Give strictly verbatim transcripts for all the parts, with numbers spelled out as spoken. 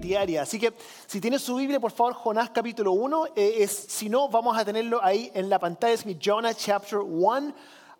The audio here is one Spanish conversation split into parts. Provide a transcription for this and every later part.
diaria. Así que si tienes su Biblia, por favor, Jonás capítulo uno. Eh, es, si no, vamos a tenerlo ahí en la pantalla. Es mi Jonah chapter one.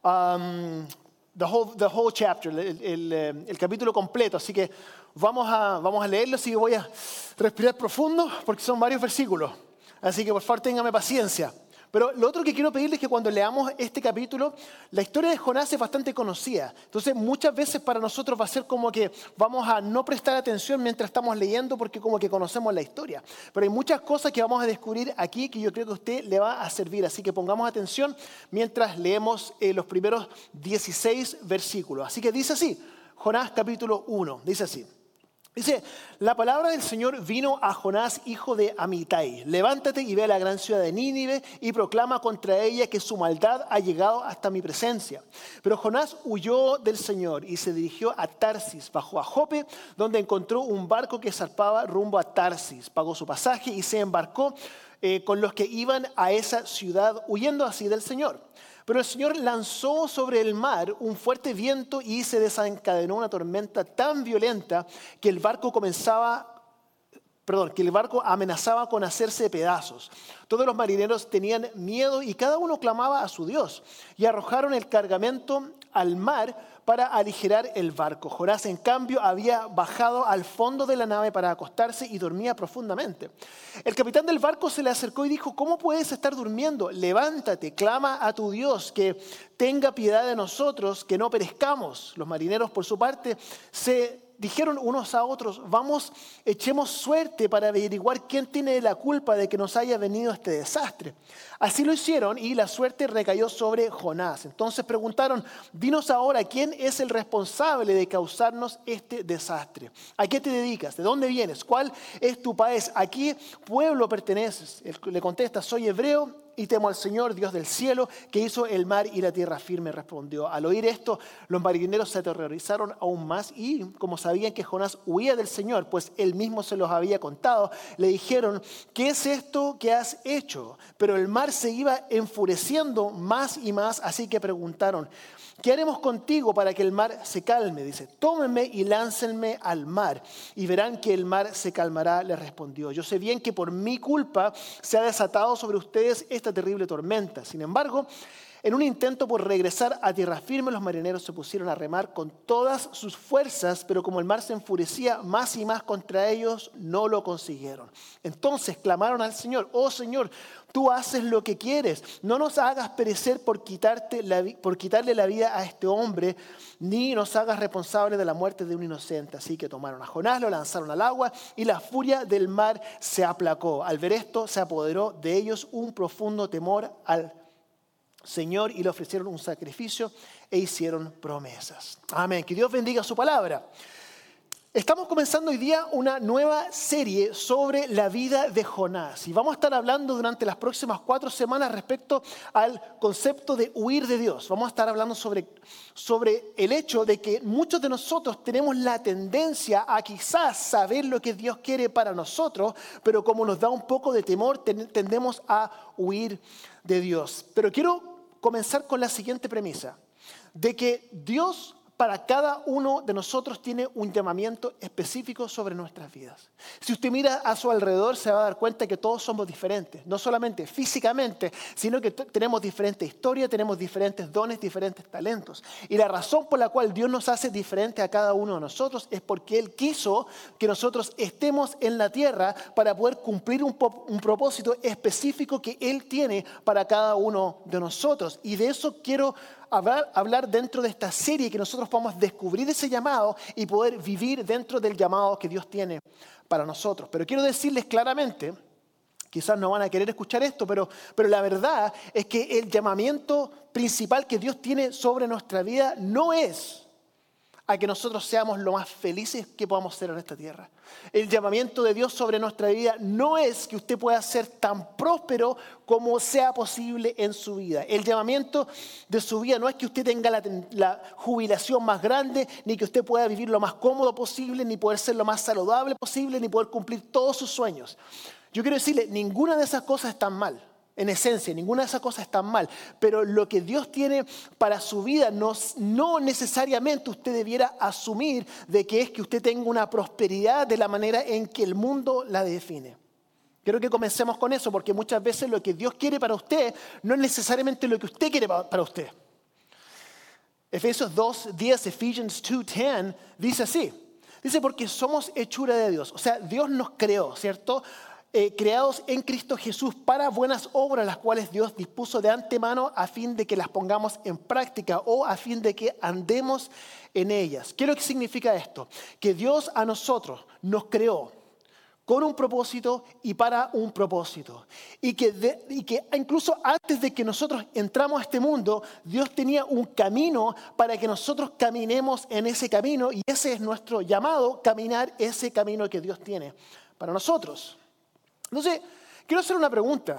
Um, the, whole, the whole chapter, el, el, el capítulo completo. Así que vamos a, vamos a leerlo. Así que voy a respirar profundo porque son varios versículos. Así que por favor, téngame paciencia. Pero lo otro que quiero pedirles es que cuando leamos este capítulo, la historia de Jonás es bastante conocida. Entonces, muchas veces para nosotros va a ser como que vamos a no prestar atención mientras estamos leyendo porque como que conocemos la historia. Pero hay muchas cosas que vamos a descubrir aquí que yo creo que a usted le va a servir. Así que pongamos atención mientras leemos eh, los primeros dieciséis versículos. Así que dice así, Jonás capítulo uno, dice así. Dice, la palabra del Señor vino a Jonás, hijo de Amitai. Levántate y ve a la gran ciudad de Nínive y proclama contra ella que su maldad ha llegado hasta mi presencia. Pero Jonás huyó del Señor y se dirigió a Tarsis, bajó a Jope, donde encontró un barco que zarpaba rumbo a Tarsis. Pagó su pasaje y se embarcó eh, con los que iban a esa ciudad, huyendo así del Señor. Pero el Señor lanzó sobre el mar un fuerte viento y se desencadenó una tormenta tan violenta que el barco comenzaba, perdón, que el barco amenazaba con hacerse pedazos. Todos los marineros tenían miedo y cada uno clamaba a su Dios y arrojaron el cargamento al mar para aligerar el barco. Jonás, en cambio, había bajado al fondo de la nave para acostarse y dormía profundamente. El capitán del barco se le acercó y dijo, ¿cómo puedes estar durmiendo? Levántate, clama a tu Dios, que tenga piedad de nosotros, que no perezcamos. Los marineros, por su parte, se dijeron unos a otros, vamos, echemos suerte para averiguar quién tiene la culpa de que nos haya venido este desastre. Así lo hicieron y la suerte recayó sobre Jonás. Entonces preguntaron, dinos ahora, ¿quién es el responsable de causarnos este desastre? ¿A qué te dedicas? ¿De dónde vienes? ¿Cuál es tu país? ¿A qué pueblo perteneces? Él le contesta, soy hebreo y temo al Señor, Dios del cielo, que hizo el mar y la tierra firme, respondió. Al oír esto, los marineros se aterrorizaron aún más y, como sabían que Jonás huía del Señor, pues él mismo se los había contado, le dijeron, ¿qué es esto que has hecho? Pero el mar se iba enfureciendo más y más, así que preguntaron, ¿qué haremos contigo para que el mar se calme? Dice, tómenme y láncenme al mar y verán que el mar se calmará, le respondió. Yo sé bien que por mi culpa se ha desatado sobre ustedes esta terrible tormenta. Sin embargo, en un intento por regresar a tierra firme, los marineros se pusieron a remar con todas sus fuerzas, pero como el mar se enfurecía más y más contra ellos, no lo consiguieron. Entonces clamaron al Señor, oh Señor, tú haces lo que quieres, no nos hagas perecer por, quitarte la, por quitarle la vida a este hombre, ni nos hagas responsables de la muerte de un inocente. Así que tomaron a Jonás, lo lanzaron al agua y la furia del mar se aplacó. Al ver esto, se apoderó de ellos un profundo temor al Señor y le ofrecieron un sacrificio e hicieron promesas. Amén. Que Dios bendiga su palabra. Estamos comenzando hoy día una nueva serie sobre la vida de Jonás y vamos a estar hablando durante las próximas cuatro semanas respecto al concepto de huir de Dios. Vamos a estar hablando sobre, sobre el hecho de que muchos de nosotros tenemos la tendencia a quizás saber lo que Dios quiere para nosotros, pero como nos da un poco de temor, tendemos a huir de Dios. Pero quiero comenzar con la siguiente premisa, de que Dios para cada uno de nosotros tiene un llamamiento específico sobre nuestras vidas. Si usted mira a su alrededor se va a dar cuenta que todos somos diferentes, no solamente físicamente, sino que t- tenemos diferentes historias, tenemos diferentes dones, diferentes talentos. Y la razón por la cual Dios nos hace diferente a cada uno de nosotros es porque Él quiso que nosotros estemos en la tierra para poder cumplir un, po- un propósito específico que Él tiene para cada uno de nosotros. Y de eso quiero Hablar, hablar dentro de esta serie, que nosotros podamos descubrir ese llamado y poder vivir dentro del llamado que Dios tiene para nosotros. Pero quiero decirles claramente, quizás no van a querer escuchar esto, pero, pero la verdad es que el llamamiento principal que Dios tiene sobre nuestra vida no es a que nosotros seamos lo más felices que podamos ser en esta tierra. El llamamiento de Dios sobre nuestra vida no es que usted pueda ser tan próspero como sea posible en su vida. El llamamiento de su vida no es que usted tenga la, la jubilación más grande, ni que usted pueda vivir lo más cómodo posible, ni poder ser lo más saludable posible, ni poder cumplir todos sus sueños. Yo quiero decirle, ninguna de esas cosas es tan mal. en esencia, ninguna de esas cosas está mal, pero lo que Dios tiene para su vida no, no necesariamente usted debiera asumir de que es que usted tenga una prosperidad de la manera en que el mundo la define. Quiero que comencemos con eso, porque muchas veces lo que Dios quiere para usted no es necesariamente lo que usted quiere para usted. Efesios dos diez, Ephesians two ten, dice así. Dice, porque somos hechura de Dios. O sea, Dios nos creó, ¿cierto? Eh, creados en Cristo Jesús para buenas obras, las cuales Dios dispuso de antemano a fin de que las pongamos en práctica o a fin de que andemos en ellas. ¿Qué es lo que significa esto? Que Dios a nosotros nos creó con un propósito y para un propósito. Y que, de, y que incluso antes de que nosotros entramos a este mundo, Dios tenía un camino para que nosotros caminemos en ese camino. Y ese es nuestro llamado, caminar ese camino que Dios tiene para nosotros. Entonces, quiero hacer una pregunta.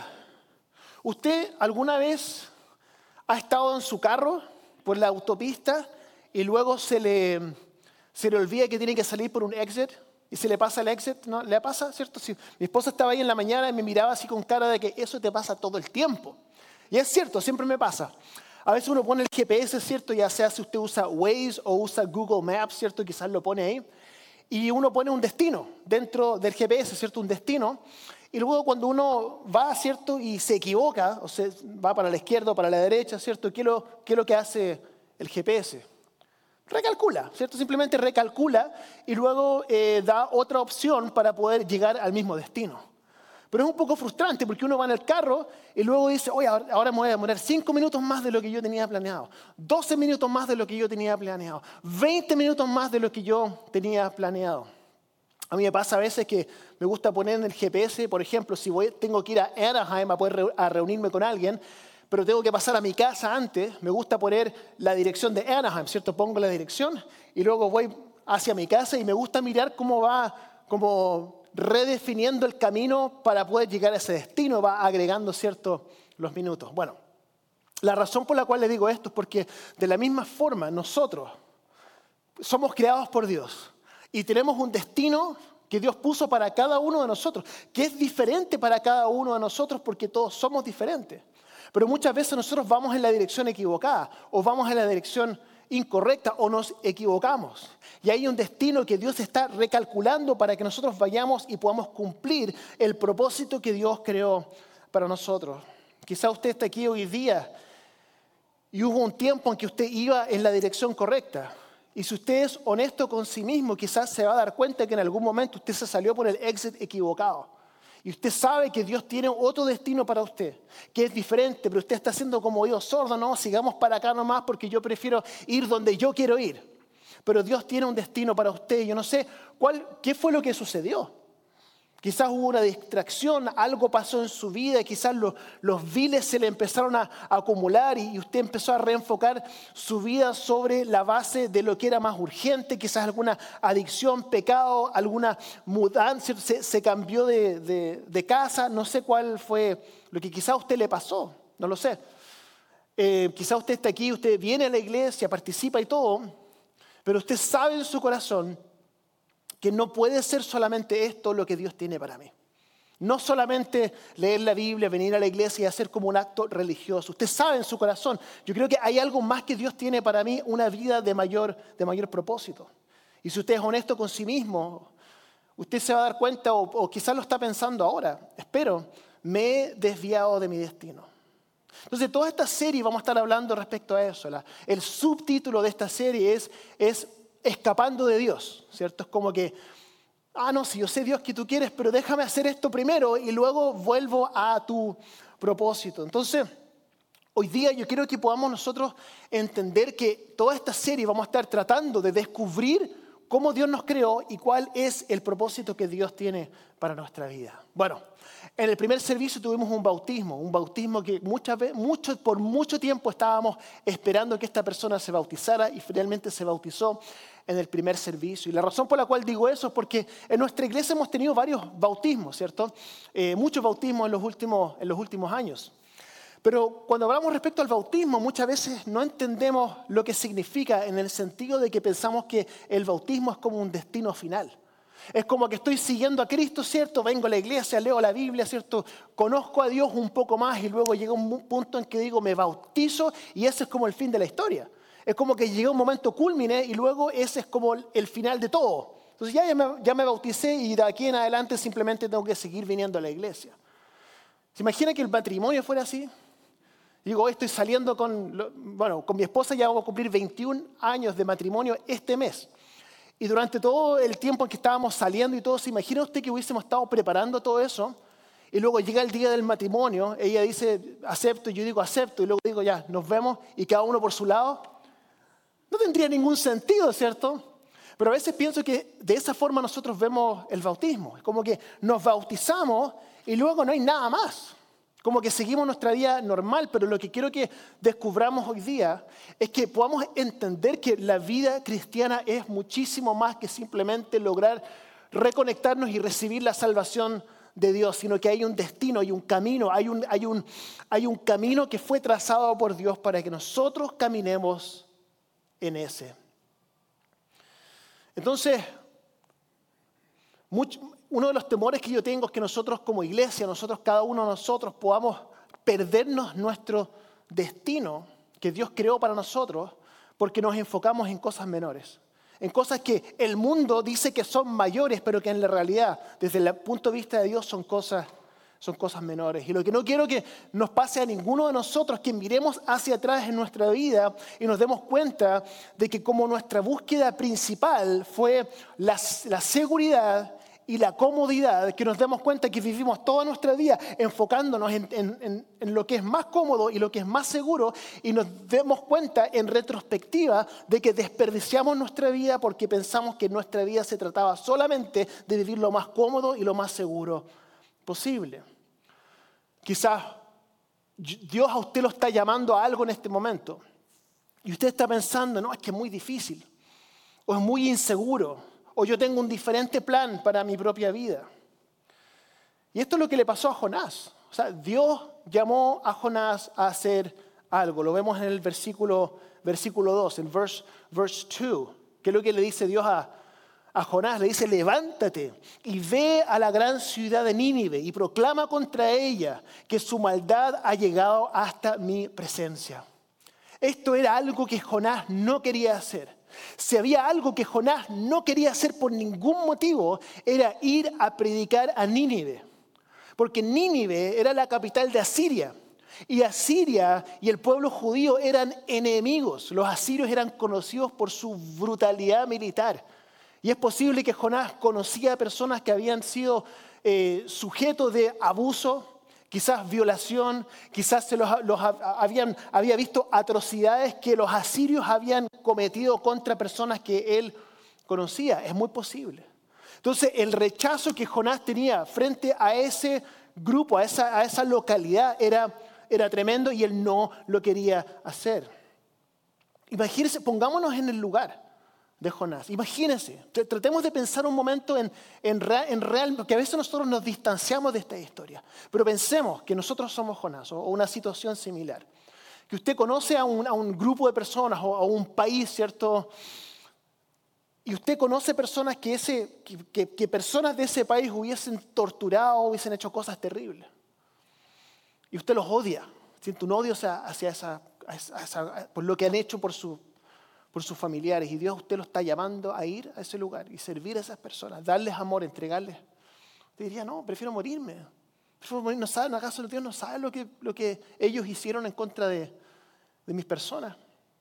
¿Usted alguna vez ha estado en su carro por la autopista y luego se le, se le olvida que tiene que salir por un exit? Y se le pasa el exit, ¿no? ¿Le pasa, cierto? Si mi esposa estaba ahí en la mañana y me miraba así con cara de que eso te pasa todo el tiempo. Y es cierto, siempre me pasa. A veces uno pone el G P S, ¿cierto? Ya sea si usted usa Waze o usa Google Maps, ¿cierto? Quizás lo pone ahí. Y uno pone un destino dentro del G P S, ¿cierto? Un destino. Y luego cuando uno va, ¿cierto? Y se equivoca, o sea, va para la izquierda o para la derecha, ¿cierto? ¿Qué es lo, qué es lo que hace el G P S? Recalcula, ¿cierto? Simplemente recalcula y luego eh, da otra opción para poder llegar al mismo destino. Pero es un poco frustrante porque uno va en el carro y luego dice, oye, ahora me voy a demorar cinco minutos más de lo que yo tenía planeado, doce minutos más de lo que yo tenía planeado, veinte minutos más de lo que yo tenía planeado. A mí me pasa a veces que me gusta poner en el G P S, por ejemplo, si voy, tengo que ir a Anaheim a poder a reunirme con alguien, pero tengo que pasar a mi casa antes, me gusta poner la dirección de Anaheim, ¿cierto? Pongo la dirección y luego voy hacia mi casa y me gusta mirar cómo va, como redefiniendo el camino para poder llegar a ese destino, va agregando, ¿cierto?, los minutos. Bueno, la razón por la cual le digo esto es porque de la misma forma nosotros somos creados por Dios y tenemos un destino que Dios puso para cada uno de nosotros, que es diferente para cada uno de nosotros porque todos somos diferentes. Pero muchas veces nosotros vamos en la dirección equivocada o vamos en la dirección incorrecta o nos equivocamos. Y hay un destino que Dios está recalculando para que nosotros vayamos y podamos cumplir el propósito que Dios creó para nosotros. Quizá usted está aquí hoy día y hubo un tiempo en que usted iba en la dirección correcta. Y si usted es honesto con sí mismo, quizás se va a dar cuenta que en algún momento usted se salió por el exit equivocado. Y usted sabe que Dios tiene otro destino para usted, que es diferente, pero usted está haciendo como oído sordo, no, sigamos para acá nomás porque yo prefiero ir donde yo quiero ir. Pero Dios tiene un destino para usted. Yo no sé cuál, qué fue lo que sucedió. Quizás hubo una distracción, algo pasó en su vida, quizás los, los viles se le empezaron a, a acumular y usted empezó a reenfocar su vida sobre la base de lo que era más urgente, quizás alguna adicción, pecado, alguna mudanza, se, se cambió de, de, de casa, no sé cuál fue lo que quizás a usted le pasó, no lo sé. Eh, quizás usted está aquí, usted viene a la iglesia, participa y todo, pero usted sabe en su corazón que no puede ser solamente esto lo que Dios tiene para mí. No solamente leer la Biblia, venir a la iglesia y hacer como un acto religioso. Usted sabe en su corazón, yo creo que hay algo más que Dios tiene para mí, una vida de mayor, de mayor propósito. Y si usted es honesto con sí mismo, usted se va a dar cuenta, o, o quizás lo está pensando ahora, espero, me he desviado de mi destino. Entonces, toda esta serie vamos a estar hablando respecto a eso. La, el subtítulo de esta serie es, es escapando de Dios, ¿cierto? Es como que, ah, no, si yo sé Dios que tú quieres, pero déjame hacer esto primero y luego vuelvo a tu propósito. Entonces, hoy día yo quiero que podamos nosotros entender que toda esta serie vamos a estar tratando de descubrir cómo Dios nos creó y cuál es el propósito que Dios tiene para nuestra vida. Bueno, en el primer servicio tuvimos un bautismo, un bautismo que muchas veces, mucho, por mucho tiempo estábamos esperando que esta persona se bautizara y finalmente se bautizó en el primer servicio. Y la razón por la cual digo eso es porque en nuestra iglesia hemos tenido varios bautismos, ¿cierto? Eh, muchos bautismos en los últimos, en los últimos años. Pero cuando hablamos respecto al bautismo, muchas veces no entendemos lo que significa en el sentido de que pensamos que el bautismo es como un destino final. Es como que estoy siguiendo a Cristo, ¿cierto? Vengo a la iglesia, leo la Biblia, ¿cierto? Conozco a Dios un poco más y luego llega un punto en que digo, me bautizo y ese es como el fin de la historia. Es como que llega un momento cúlmine y luego ese es como el final de todo. Entonces ya, ya, me, ya me bauticé y de aquí en adelante simplemente tengo que seguir viniendo a la iglesia. ¿Se imagina que el matrimonio fuera así? Digo, hoy estoy saliendo con, bueno, con mi esposa, ya vamos a cumplir veintiún años de matrimonio este mes. Y durante todo el tiempo en que estábamos saliendo y todo, ¿se imagina usted que hubiésemos estado preparando todo eso? Y luego llega el día del matrimonio, ella dice, acepto, y yo digo, acepto, y luego digo, ya, nos vemos, y cada uno por su lado. No tendría ningún sentido, ¿cierto? Pero a veces pienso que de esa forma nosotros vemos el bautismo. Es como que nos bautizamos y luego no hay nada más. Como que seguimos nuestra vida normal, pero lo que quiero que descubramos hoy día es que podamos entender que la vida cristiana es muchísimo más que simplemente lograr reconectarnos y recibir la salvación de Dios, sino que hay un destino, hay un camino, hay un, hay un, hay un camino que fue trazado por Dios para que nosotros caminemos en ese. Entonces, mucho, uno de los temores que yo tengo es que nosotros como iglesia, nosotros cada uno de nosotros podamos perdernos nuestro destino que Dios creó para nosotros porque nos enfocamos en cosas menores, en cosas que el mundo dice que son mayores, pero que en la realidad, desde el punto de vista de Dios, son cosas, son cosas menores. Y lo que no quiero que nos pase a ninguno de nosotros, que miremos hacia atrás en nuestra vida y nos demos cuenta de que como nuestra búsqueda principal fue la, la seguridad y la comodidad, que nos demos cuenta que vivimos toda nuestra vida enfocándonos en, en, en, en lo que es más cómodo y lo que es más seguro, y nos demos cuenta en retrospectiva de que desperdiciamos nuestra vida porque pensamos que nuestra vida se trataba solamente de vivir lo más cómodo y lo más seguro posible. Quizás Dios a usted lo está llamando a algo en este momento y usted está pensando, no, es que es muy difícil o es muy inseguro, o yo tengo un diferente plan para mi propia vida. Y esto es lo que le pasó a Jonás. O sea, Dios llamó a Jonás a hacer algo. Lo vemos en el versículo, versículo dos, en verse, verse dos. ¿Qué es lo que le dice Dios a, a Jonás? Le dice, levántate y ve a la gran ciudad de Nínive y proclama contra ella que su maldad ha llegado hasta mi presencia. Esto era algo que Jonás no quería hacer. Si había algo que Jonás no quería hacer por ningún motivo, era ir a predicar a Nínive. Porque Nínive era la capital de Asiria. Y Asiria y el pueblo judío eran enemigos. Los asirios eran conocidos por su brutalidad militar. Y es posible que Jonás conocía a personas que habían sido eh, sujetos de abuso, quizás violación, quizás se los, los habían, había visto atrocidades que los asirios habían cometido contra personas que él conocía. Es muy posible. Entonces, el rechazo que Jonás tenía frente a ese grupo, a esa, a esa localidad, era, era tremendo y él no lo quería hacer. Imagínense, pongámonos en el lugar de Jonás. Imagínense, tratemos de pensar un momento en, en, real, en real, porque a veces nosotros nos distanciamos de esta historia, pero pensemos que nosotros somos Jonás o una situación similar. Que usted conoce a un, a un grupo de personas o a un país, ¿cierto? Y usted conoce personas que, ese, que, que, que personas de ese país hubiesen torturado, hubiesen hecho cosas terribles. Y usted los odia, siente un odio hacia, hacia esa, hacia esa, por lo que han hecho por su por sus familiares, y Dios usted lo está llamando a ir a ese lugar y servir a esas personas, darles amor, entregarles. Usted diría, no, prefiero morirme. Prefiero morir. ¿No saben, acaso Dios no sabe lo que, lo que ellos hicieron en contra de, de mis personas?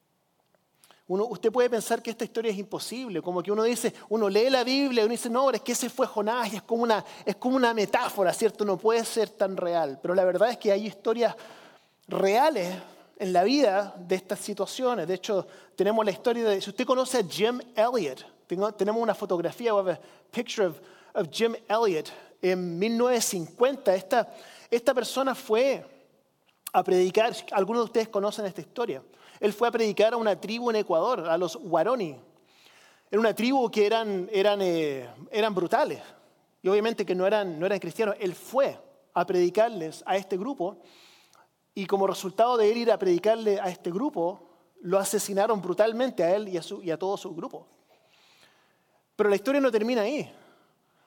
Uno, usted puede pensar que esta historia es imposible, como que uno dice, uno lee la Biblia y uno dice, no, es que ese fue Jonás, y es como una, es como una metáfora, ¿cierto? No puede ser tan real. Pero la verdad es que hay historias reales en la vida de estas situaciones. De hecho, tenemos la historia de, si usted conoce a Jim Elliot, tengo, tenemos una fotografía, we have a picture of, of Jim Elliot. En mil novecientos cincuenta, esta, esta persona fue a predicar, algunos de ustedes conocen esta historia, él fue a predicar a una tribu en Ecuador, a los Huaroni. Era una tribu que eran, eran, eh, eran brutales, y obviamente que no eran, no eran cristianos. Él fue a predicarles a este grupo, y como resultado de él ir a predicarle a este grupo, lo asesinaron brutalmente a él y a, su, y a todo su grupo. Pero la historia no termina ahí.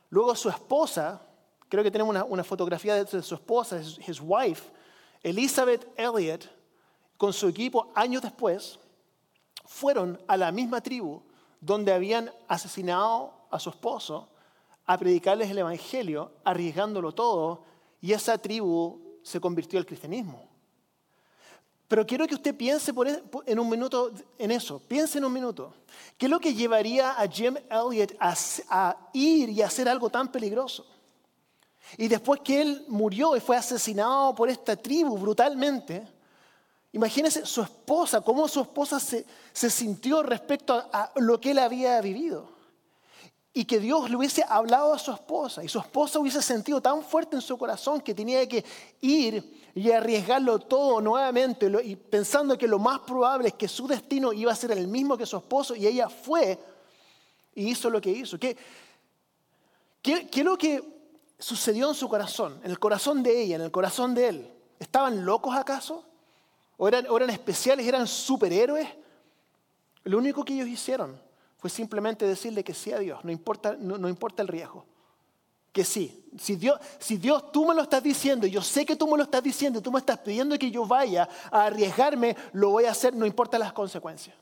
Luego su esposa, creo que tenemos una, una fotografía de su esposa, his, his wife, Elizabeth Elliot, con su equipo años después, fueron a la misma tribu donde habían asesinado a su esposo a predicarles el evangelio, arriesgándolo todo, y esa tribu se convirtió al cristianismo. Pero quiero que usted piense por en un minuto en eso. Piense en un minuto. ¿Qué es lo que llevaría a Jim Elliot a, a ir y hacer algo tan peligroso? Y después que él murió y fue asesinado por esta tribu brutalmente, imagínese su esposa, cómo su esposa se, se sintió respecto a, a lo que él había vivido. Y que Dios le hubiese hablado a su esposa y su esposa hubiese sentido tan fuerte en su corazón que tenía que ir y arriesgarlo todo nuevamente y pensando que lo más probable es que su destino iba a ser el mismo que su esposo, y ella fue y hizo lo que hizo. ¿Qué, qué, qué es lo que sucedió en su corazón, en el corazón de ella, en el corazón de él? ¿Estaban locos acaso? ¿O eran, o eran especiales, eran superhéroes? Lo único que ellos hicieron fue simplemente decirle que sí a Dios, no importa, no, no importa el riesgo. Que sí. Si Dios, si Dios, tú me lo estás diciendo, y yo sé que tú me lo estás diciendo, y tú me estás pidiendo que yo vaya a arriesgarme, lo voy a hacer, no importa las consecuencias.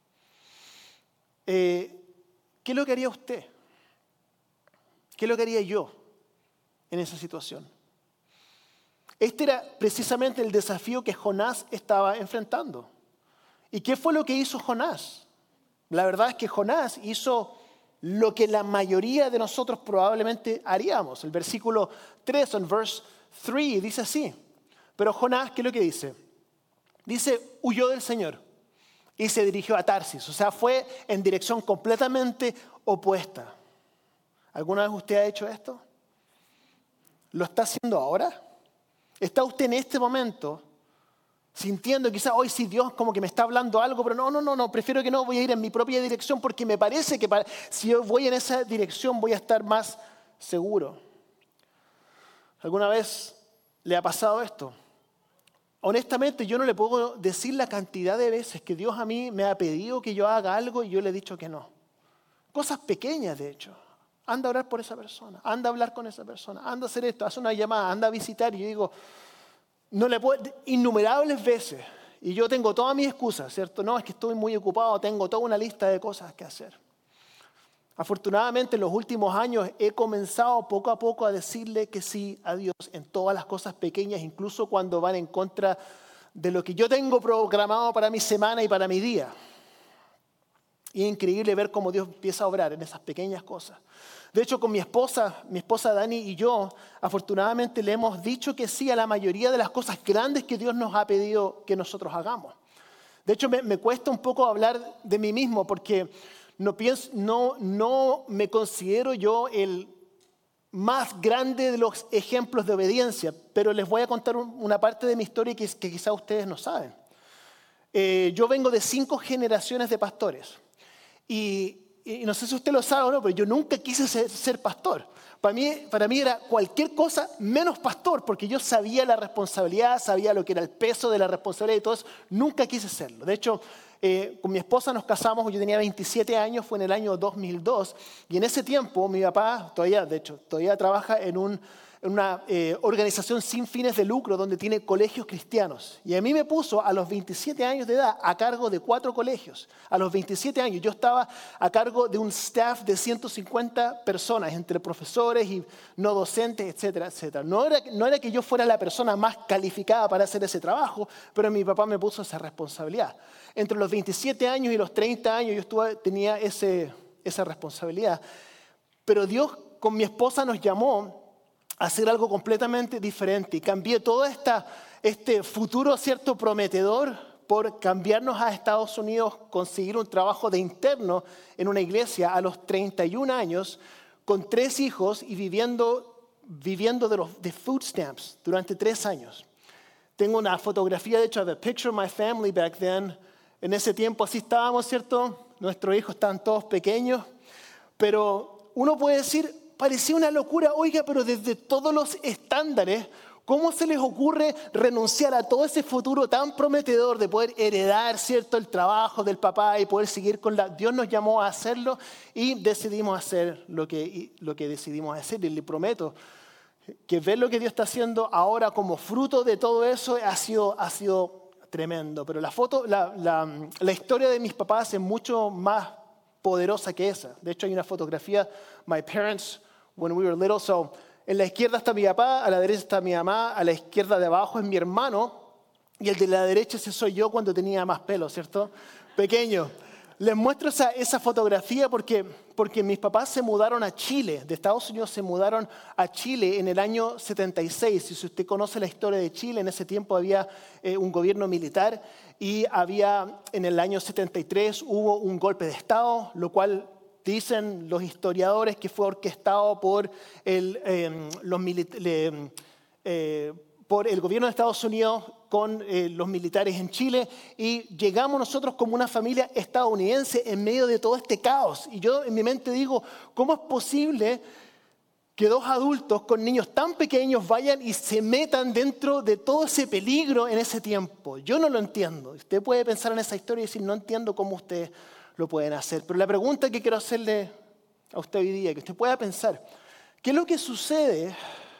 Eh, ¿Qué es lo que haría usted? ¿Qué es lo que haría yo en esa situación? Este era precisamente el desafío que Jonás estaba enfrentando. ¿Y qué fue lo que hizo Jonás? La verdad es que Jonás hizo lo que la mayoría de nosotros probablemente haríamos. El versículo tres, en verse tres, dice así. Pero Jonás, ¿qué es lo que dice? Dice, huyó del Señor y se dirigió a Tarsis. O sea, fue en dirección completamente opuesta. ¿Alguna vez usted ha hecho esto? ¿Lo está haciendo ahora? ¿Está usted en este momento sintiendo quizás hoy sí Dios como que me está hablando algo, pero no, no, no, no, prefiero que no, voy a ir en mi propia dirección porque me parece que para, si yo voy en esa dirección voy a estar más seguro? ¿Alguna vez le ha pasado esto? Honestamente, yo no le puedo decir la cantidad de veces que Dios a mí me ha pedido que yo haga algo y yo le he dicho que no. Cosas pequeñas, de hecho. Anda a orar por esa persona, anda a hablar con esa persona, anda a hacer esto, haz una llamada, anda a visitar. Y yo digo, no le puedo, innumerables veces, y yo tengo todas mis excusas, ¿cierto? No, es que estoy muy ocupado, tengo toda una lista de cosas que hacer. Afortunadamente, en los últimos años he comenzado poco a poco a decirle que sí a Dios en todas las cosas pequeñas, incluso cuando van en contra de lo que yo tengo programado para mi semana y para mi día. Y es increíble ver cómo Dios empieza a obrar en esas pequeñas cosas. De hecho, con mi esposa, mi esposa Dani y yo, afortunadamente le hemos dicho que sí a la mayoría de las cosas grandes que Dios nos ha pedido que nosotros hagamos. De hecho, me, me cuesta un poco hablar de mí mismo porque no, pienso, no, no me considero yo el más grande de los ejemplos de obediencia, pero les voy a contar un, una parte de mi historia que, que quizá ustedes no saben. Eh, yo vengo de cinco generaciones de pastores y Y no sé si usted lo sabe o no, pero yo nunca quise ser, ser pastor. Para mí, para mí era cualquier cosa menos pastor, porque yo sabía la responsabilidad, sabía lo que era el peso de la responsabilidad y todo eso. Nunca quise serlo. De hecho, eh, con mi esposa nos casamos, yo tenía veintisiete años, fue en el año dos mil dos, y en ese tiempo mi papá, todavía, de hecho, todavía trabaja en un... una eh, organización sin fines de lucro donde tiene colegios cristianos. Y a mí me puso a los veintisiete años de edad a cargo de cuatro colegios. A los veintisiete años yo estaba a cargo de un staff de ciento cincuenta personas, entre profesores y no docentes, etcétera, etcétera. No era, no era que yo fuera la persona más calificada para hacer ese trabajo, pero mi papá me puso esa responsabilidad. Entre los veintisiete años y los treinta años yo estuve, tenía ese, esa responsabilidad. Pero Dios con mi esposa nos llamó hacer algo completamente diferente y cambié todo esta, este futuro cierto prometedor por cambiarnos a Estados Unidos, conseguir un trabajo de interno en una iglesia a los treinta y un años con tres hijos y viviendo, viviendo de, los, de food stamps durante tres años. Tengo una fotografía, de hecho, de Picture My Family back then. En ese tiempo así estábamos, ¿cierto? Nuestros hijos estaban todos pequeños, pero uno puede decir, parecía una locura, oiga, pero desde todos los estándares, ¿Cómo se les ocurre renunciar a todo ese futuro tan prometedor de poder heredar, ¿cierto?, el trabajo del papá y poder seguir con la... Dios nos llamó a hacerlo y decidimos hacer lo que, lo que decidimos hacer. Y le prometo que ver lo que Dios está haciendo ahora como fruto de todo eso ha sido, ha sido tremendo. Pero la foto, la, la, la historia de mis papás es mucho más poderosa que esa. De hecho, hay una fotografía, my parents when we were little. So, en la izquierda está mi papá, a la derecha está mi mamá, a la izquierda de abajo es mi hermano y el de la derecha ese soy yo cuando tenía más pelo, ¿cierto? Pequeño. Les muestro esa, esa fotografía porque, porque mis papás se mudaron a Chile, de Estados Unidos se mudaron a Chile en el año setenta y seis. Y si usted conoce la historia de Chile, en ese tiempo había eh, un gobierno militar y había en el año setenta y tres hubo un golpe de Estado, lo cual dicen los historiadores que fue orquestado por el, eh, los militares. Eh, por el gobierno de Estados Unidos con eh, los militares en Chile y llegamos nosotros como una familia estadounidense en medio de todo este caos. Y yo en mi mente digo, ¿cómo es posible que dos adultos con niños tan pequeños vayan y se metan dentro de todo ese peligro en ese tiempo? Yo no lo entiendo. Usted puede pensar en esa historia y decir, no entiendo cómo ustedes lo pueden hacer. Pero la pregunta que quiero hacerle a usted hoy día, que usted pueda pensar, ¿qué es lo que sucede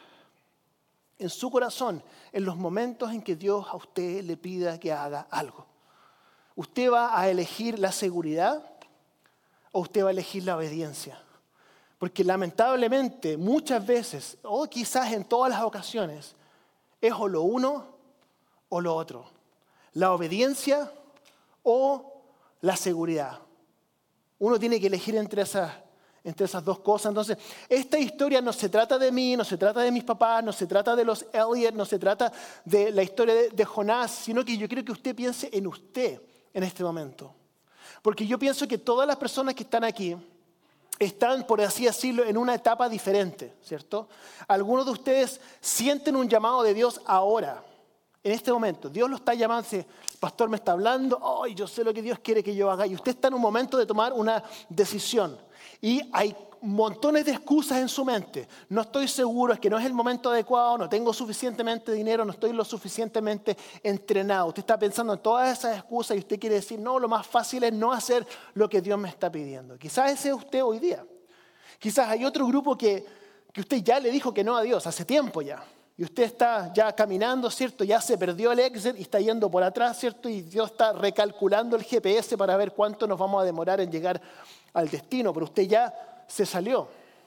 en su corazón en los momentos en que Dios a usted le pida que haga algo? ¿Usted va a elegir la seguridad o usted va a elegir la obediencia? Porque lamentablemente muchas veces, o quizás en todas las ocasiones, es o lo uno o lo otro. La obediencia o la seguridad. Uno tiene que elegir entre esas entre esas dos cosas. Entonces, esta historia no se trata de mí, no se trata de mis papás, no se trata de los Elliot, no se trata de la historia de, de Jonás, sino que yo quiero que usted piense en usted en este momento. Porque yo pienso que todas las personas que están aquí están, por así decirlo, en una etapa diferente, ¿cierto? Algunos de ustedes sienten un llamado de Dios ahora, en este momento. Dios lo está llamando, el pastor me está hablando, oh, yo sé lo que Dios quiere que yo haga. Y usted está en un momento de tomar una decisión. Y hay montones de excusas en su mente. No estoy seguro, es que no es el momento adecuado, no tengo suficientemente dinero, no estoy lo suficientemente entrenado. Usted está pensando en todas esas excusas y usted quiere decir, no, lo más fácil es no hacer lo que Dios me está pidiendo. Quizás ese es usted hoy día. Quizás hay otro grupo que, que usted ya le dijo que no a Dios hace tiempo ya. Y usted está ya caminando, ¿cierto? Ya se perdió el exit y está yendo por atrás, ¿cierto? Y Dios está recalculando el G P S para ver cuánto nos vamos a demorar en llegar al destino. Pero usted ya se salió.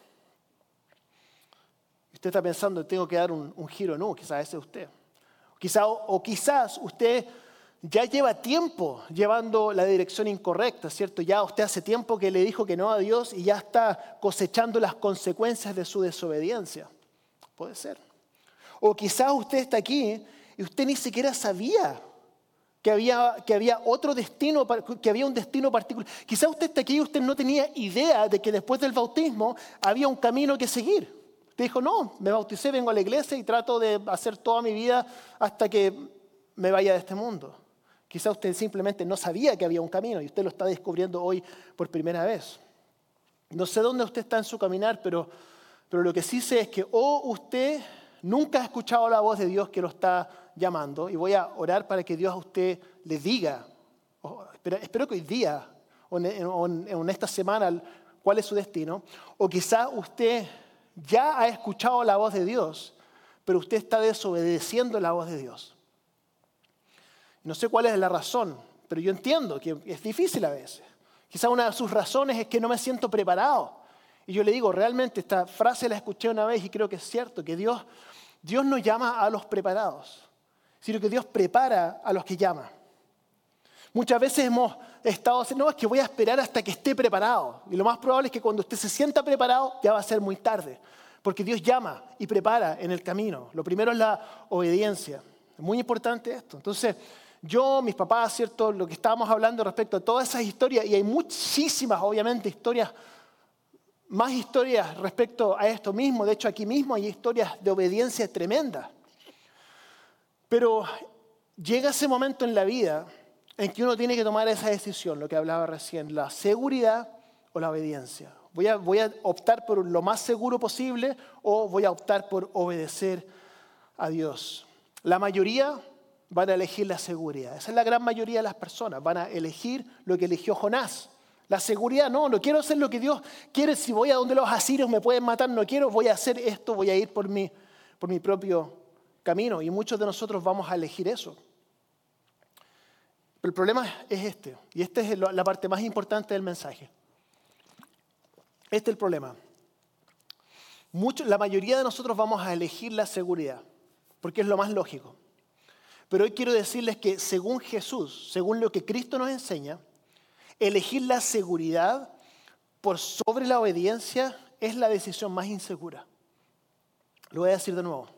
Usted está pensando, tengo que dar un, un giro. No, quizás ese es usted. Quizá, o, o quizás usted ya lleva tiempo llevando la dirección incorrecta, ¿cierto? Ya usted hace tiempo que le dijo que no a Dios y ya está cosechando las consecuencias de su desobediencia. Puede ser. O quizás usted está aquí y usted ni siquiera sabía que había, que había otro destino, que había un destino particular. Quizás usted está aquí y usted no tenía idea de que después del bautismo había un camino que seguir. Usted dijo, no, me bauticé, vengo a la iglesia y trato de hacer toda mi vida hasta que me vaya de este mundo. Quizás usted simplemente no sabía que había un camino y usted lo está descubriendo hoy por primera vez. No sé dónde usted está en su caminar, pero, pero lo que sí sé es que o usted nunca ha escuchado la voz de Dios que lo está llamando, y voy a orar para que Dios a usted le diga, oh, espero, espero que hoy día o en, o en esta semana, cuál es su destino, o quizá usted ya ha escuchado la voz de Dios, pero usted está desobedeciendo la voz de Dios. No sé cuál es la razón, pero yo entiendo que es difícil a veces. Quizá una de sus razones es que no me siento preparado. Y yo le digo, realmente esta frase la escuché una vez y creo que es cierto, que Dios, Dios no llama a los preparados, sino que Dios prepara a los que llama. Muchas veces hemos estado diciendo, no, es que voy a esperar hasta que esté preparado. Y lo más probable es que cuando usted se sienta preparado, ya va a ser muy tarde. Porque Dios llama y prepara en el camino. Lo primero es la obediencia. Es muy importante esto. Entonces, yo, mis papás, ¿cierto? Lo que estábamos hablando respecto a todas esas historias, y hay muchísimas, obviamente, historias, más historias respecto a esto mismo. De hecho, aquí mismo hay historias de obediencia tremendas. Pero llega ese momento en la vida en que uno tiene que tomar esa decisión, lo que hablaba recién, la seguridad o la obediencia. Voy a, voy a optar por lo más seguro posible o voy a optar por obedecer a Dios. La mayoría van a elegir la seguridad. Esa es la gran mayoría de las personas. Van a elegir lo que eligió Jonás. La seguridad, no, no quiero hacer lo que Dios quiere. Si voy a donde los asirios me pueden matar, no quiero, voy a hacer esto, voy a ir por mi, por mi propio camino. Y muchos de nosotros vamos a elegir eso. Pero el problema es este, y esta es la parte más importante del mensaje. Este es el problema. Mucho, la mayoría de nosotros vamos a elegir la seguridad, porque es lo más lógico. Pero hoy quiero decirles que según Jesús, según lo que Cristo nos enseña, elegir la seguridad por sobre la obediencia es la decisión más insegura. Lo voy a decir de nuevo.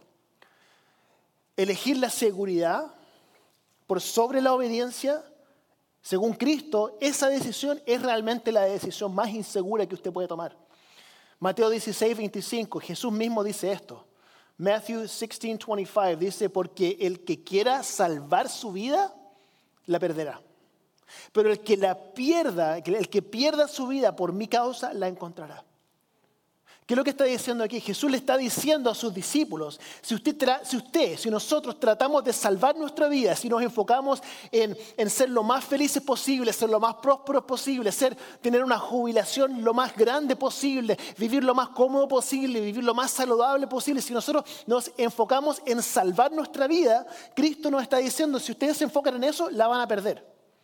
Elegir la seguridad por sobre la obediencia, según Cristo, esa decisión es realmente la decisión más insegura que usted puede tomar. Mateo dieciséis, veinticinco, Jesús mismo dice esto. Matthew dieciséis, veinticinco dice, porque el que quiera salvar su vida, la perderá. Pero el que la pierda, el que pierda su vida por mi causa, la encontrará. ¿Qué es lo que está diciendo aquí? Jesús le está diciendo a sus discípulos, si usted, tra- si, usted si nosotros tratamos de salvar nuestra vida, si nos enfocamos en, en ser lo más felices posible, ser lo más prósperos posible, ser, tener una jubilación lo más grande posible, vivir lo más cómodo posible, vivir lo más saludable posible, si nosotros nos enfocamos en salvar nuestra vida, Cristo nos está diciendo, si ustedes se enfocan en eso, la van a perder.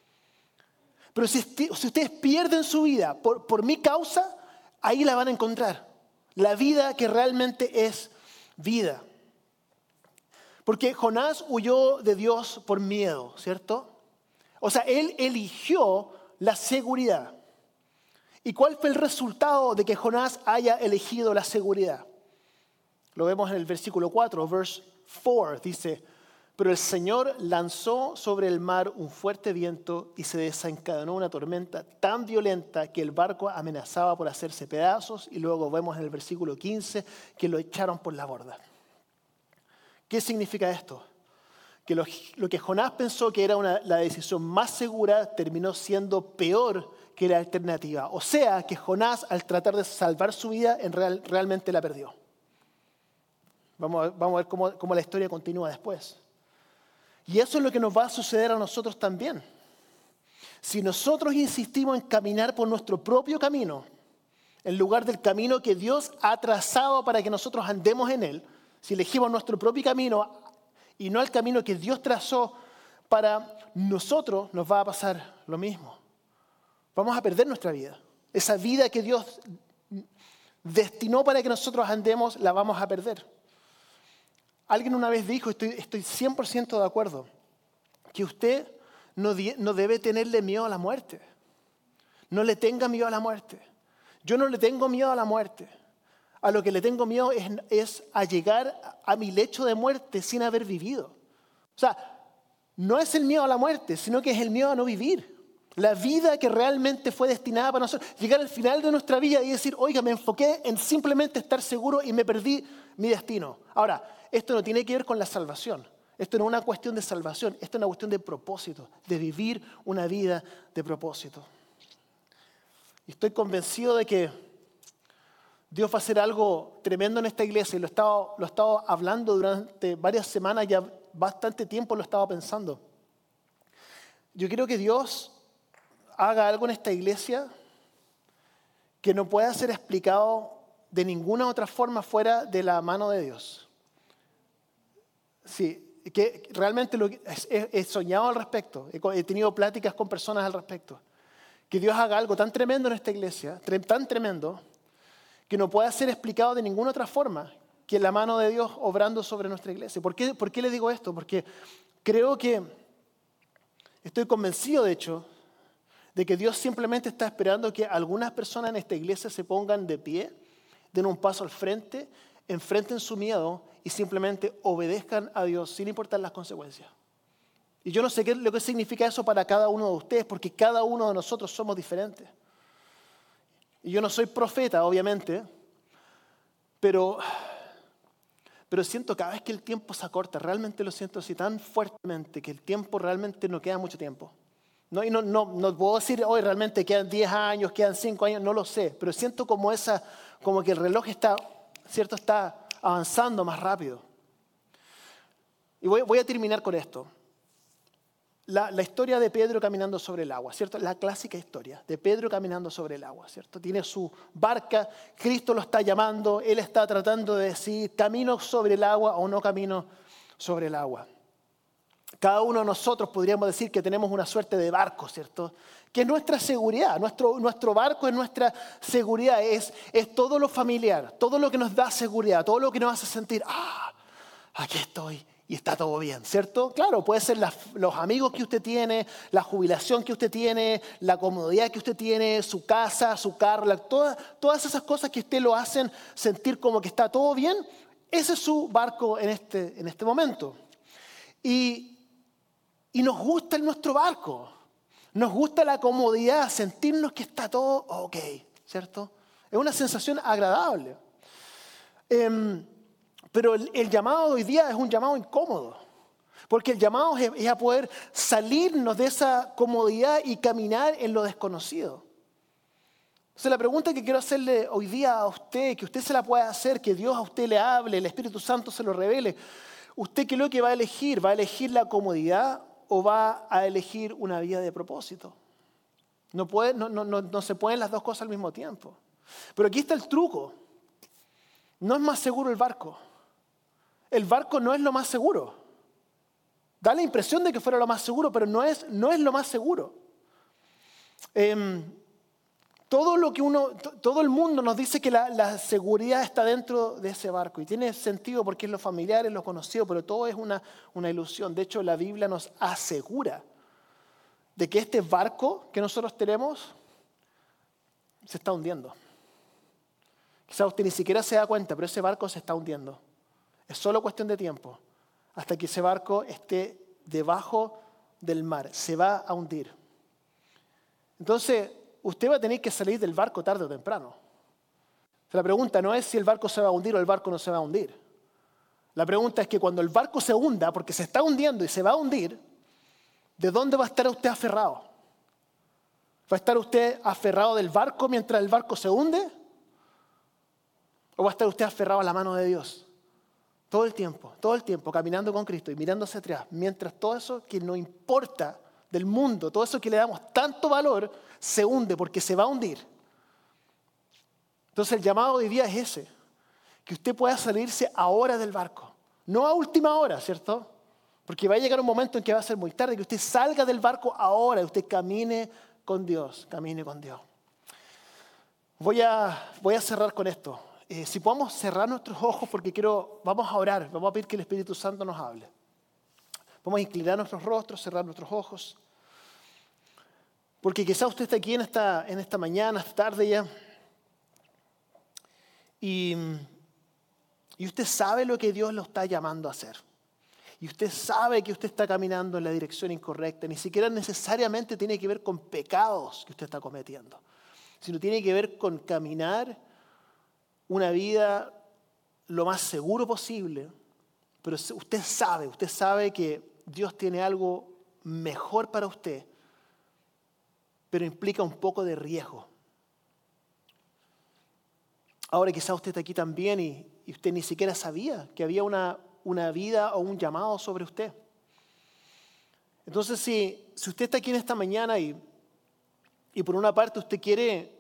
Pero si, si ustedes pierden su vida por, por mi causa, ahí la van a encontrar. La vida que realmente es vida. Porque Jonás huyó de Dios por miedo, ¿cierto? O sea, él eligió la seguridad. ¿Y cuál fue el resultado de que Jonás haya elegido la seguridad? Lo vemos en el versículo cuatro, verse cuatro, dice, pero el Señor lanzó sobre el mar un fuerte viento y se desencadenó una tormenta tan violenta que el barco amenazaba por hacerse pedazos, y luego vemos en el versículo quince que lo echaron por la borda. ¿Qué significa esto? Que lo, lo que Jonás pensó que era una, la decisión más segura terminó siendo peor que la alternativa. O sea, que Jonás, al tratar de salvar su vida, en real, realmente la perdió. Vamos a, vamos a ver cómo, cómo la historia continúa después. Y eso es lo que nos va a suceder a nosotros también. Si nosotros insistimos en caminar por nuestro propio camino, en lugar del camino que Dios ha trazado para que nosotros andemos en él, si elegimos nuestro propio camino y no el camino que Dios trazó para nosotros, nos va a pasar lo mismo. Vamos a perder nuestra vida. Esa vida que Dios destinó para que nosotros andemos, la vamos a perder. Alguien una vez dijo, estoy, estoy cien por ciento de acuerdo, que usted no, die, no debe tenerle miedo a la muerte. No le tenga miedo a la muerte. Yo no le tengo miedo a la muerte. A lo que le tengo miedo es, es a llegar a mi lecho de muerte sin haber vivido. O sea, no es el miedo a la muerte, sino que es el miedo a no vivir. La vida que realmente fue destinada para nosotros. Llegar al final de nuestra vida y decir, oiga, me enfoqué en simplemente estar seguro y me perdí mi destino. Ahora, esto no tiene que ver con la salvación. Esto no es una cuestión de salvación. Esto es una cuestión de propósito, de vivir una vida de propósito. Y estoy convencido de que Dios va a hacer algo tremendo en esta iglesia. Y lo he estado, lo he estado hablando durante varias semanas, ya bastante tiempo lo he estado pensando. Yo quiero que Dios haga algo en esta iglesia que no pueda ser explicado de ninguna otra forma fuera de la mano de Dios. Sí, que realmente lo, he, he soñado al respecto, he, he tenido pláticas con personas al respecto. Que Dios haga algo tan tremendo en esta iglesia, tan tremendo, que no pueda ser explicado de ninguna otra forma que la mano de Dios obrando sobre nuestra iglesia. ¿Por qué, por qué le digo esto? Porque creo que, estoy convencido de hecho, de que Dios simplemente está esperando que algunas personas en esta iglesia se pongan de pie, den un paso al frente, enfrenten su miedo y simplemente obedezcan a Dios sin importar las consecuencias. Y yo no sé qué lo que significa eso para cada uno de ustedes, porque cada uno de nosotros somos diferentes. Y yo no soy profeta, obviamente, pero, pero siento cada vez que el tiempo se acorta, realmente lo siento así tan fuertemente, que el tiempo realmente no queda mucho tiempo. No, y no, no, no puedo decir hoy realmente quedan diez años, quedan cinco años, no lo sé, pero siento como, esa, como que el reloj está, ¿cierto? Está avanzando más rápido. Y voy, voy a terminar con esto. La, la historia de Pedro caminando sobre el agua, ¿cierto? La clásica historia de Pedro caminando sobre el agua, ¿cierto? Tiene su barca, Cristo lo está llamando, él está tratando de decir, ¿camino sobre el agua o no camino sobre el agua? Cada uno de nosotros podríamos decir que tenemos una suerte de barco, ¿cierto? Que es nuestra seguridad, nuestro, nuestro barco es nuestra seguridad, es, es todo lo familiar, todo lo que nos da seguridad, todo lo que nos hace sentir, ah, aquí estoy. Y está todo bien, ¿cierto? Claro, puede ser las, los amigos que usted tiene, la jubilación que usted tiene, la comodidad que usted tiene, su casa, su carro, la, todas, todas esas cosas que usted lo hacen sentir como que está todo bien. Ese es su barco en este, en este momento. Y, y nos gusta el nuestro barco. Nos gusta la comodidad, sentirnos que está todo ok, ¿cierto? Es una sensación agradable. Eh, Pero el, el llamado de hoy día es un llamado incómodo, porque el llamado es, es a poder salirnos de esa comodidad y caminar en lo desconocido. Entonces la pregunta que quiero hacerle hoy día a usted, que usted se la pueda hacer, que Dios a usted le hable, el Espíritu Santo se lo revele. ¿Usted qué es lo que va a elegir? ¿Va a elegir la comodidad o va a elegir una vida de propósito? No, puede, no, no, no, no se pueden las dos cosas al mismo tiempo. Pero aquí está el truco. No es más seguro el barco. El barco no es lo más seguro. Da la impresión de que fuera lo más seguro, pero no es, no es lo más seguro. Eh, todo lo que uno, todo el mundo nos dice que la, la seguridad está dentro de ese barco y tiene sentido porque es lo familiar, es lo conocido, pero todo es una, una ilusión. De hecho, la Biblia nos asegura de que este barco que nosotros tenemos se está hundiendo. Quizás usted ni siquiera se da cuenta, pero ese barco se está hundiendo. Es solo cuestión de tiempo hasta que ese barco esté debajo del mar. Se va a hundir. Entonces, usted va a tener que salir del barco tarde o temprano. La pregunta no es si el barco se va a hundir o el barco no se va a hundir. La pregunta es que cuando el barco se hunda, porque se está hundiendo y se va a hundir, ¿de dónde va a estar usted aferrado? ¿Va a estar usted aferrado del barco mientras el barco se hunde? ¿O va a estar usted aferrado a la mano de Dios? Todo el tiempo, todo el tiempo, caminando con Cristo y mirando hacia atrás, mientras todo eso que no importa del mundo, todo eso que le damos tanto valor, se hunde porque se va a hundir. Entonces el llamado de hoy día es ese, que usted pueda salirse ahora del barco, no a última hora, ¿cierto? Porque va a llegar un momento en que va a ser muy tarde, que usted salga del barco ahora y usted camine con Dios, camine con Dios. Voy a, voy a cerrar con esto. Eh, si podemos cerrar nuestros ojos porque quiero, vamos a orar, vamos a pedir que el Espíritu Santo nos hable. Vamos a inclinar nuestros rostros, cerrar nuestros ojos. Porque quizás usted está aquí en esta, en esta mañana, esta tarde ya, y, y usted sabe lo que Dios lo está llamando a hacer. Y usted sabe que usted está caminando en la dirección incorrecta. Ni siquiera necesariamente tiene que ver con pecados que usted está cometiendo, sino tiene que ver con caminar una vida lo más seguro posible, pero usted sabe, usted sabe que Dios tiene algo mejor para usted, pero implica un poco de riesgo. Ahora quizás usted está aquí también y, y usted ni siquiera sabía que había una, una vida o un llamado sobre usted. Entonces, si, si usted está aquí en esta mañana y, y por una parte usted quiere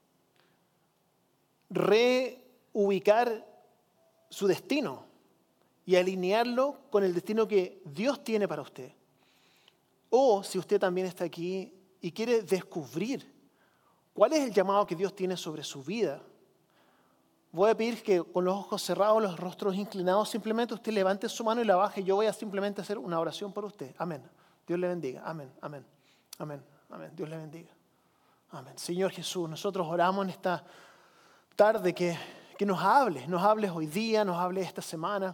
reubicar su destino y alinearlo con el destino que Dios tiene para usted. O si usted también está aquí y quiere descubrir cuál es el llamado que Dios tiene sobre su vida, voy a pedir que con los ojos cerrados, los rostros inclinados, simplemente usted levante su mano y la baje. Yo voy a simplemente hacer una oración por usted. Amén. Dios le bendiga. Amén, amén, amén, amén. Dios le bendiga. Amén. Señor Jesús, nosotros oramos en esta tarde que, que nos hables, nos hables hoy día, nos hables esta semana.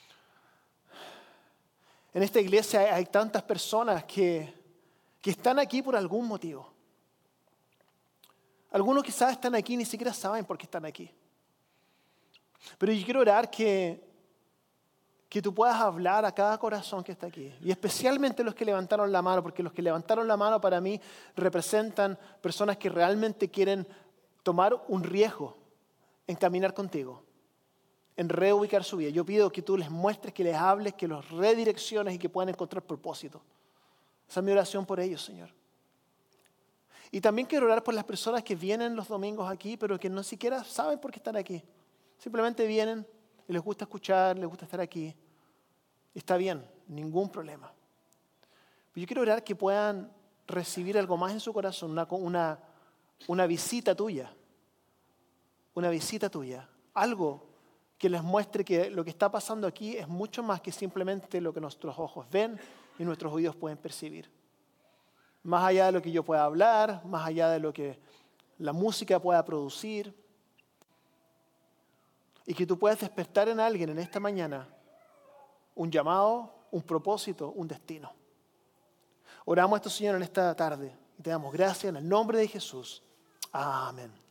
En esta iglesia hay, hay tantas personas que, que están aquí por algún motivo. Algunos quizás están aquí y ni siquiera saben por qué están aquí. Pero yo quiero orar que, que tú puedas hablar a cada corazón que está aquí. Y especialmente los que levantaron la mano, porque los que levantaron la mano para mí representan personas que realmente quieren tomar un riesgo en caminar contigo, en reubicar su vida. Yo pido que tú les muestres, que les hables, que los redirecciones y que puedan encontrar propósito. Esa es mi oración por ellos, Señor. Y también quiero orar por las personas que vienen los domingos aquí, pero que no siquiera saben por qué están aquí. Simplemente vienen y les gusta escuchar, les gusta estar aquí. Está bien, ningún problema. Pero yo quiero orar que puedan recibir algo más en su corazón, una, una, una visita tuya. Una visita tuya. Algo que les muestre que lo que está pasando aquí es mucho más que simplemente lo que nuestros ojos ven y nuestros oídos pueden percibir. Más allá de lo que yo pueda hablar, más allá de lo que la música pueda producir. Y que tú puedas despertar en alguien en esta mañana un llamado, un propósito, un destino. Oramos a esto, Señor, en esta tarde y te damos gracias en el nombre de Jesús. Amén.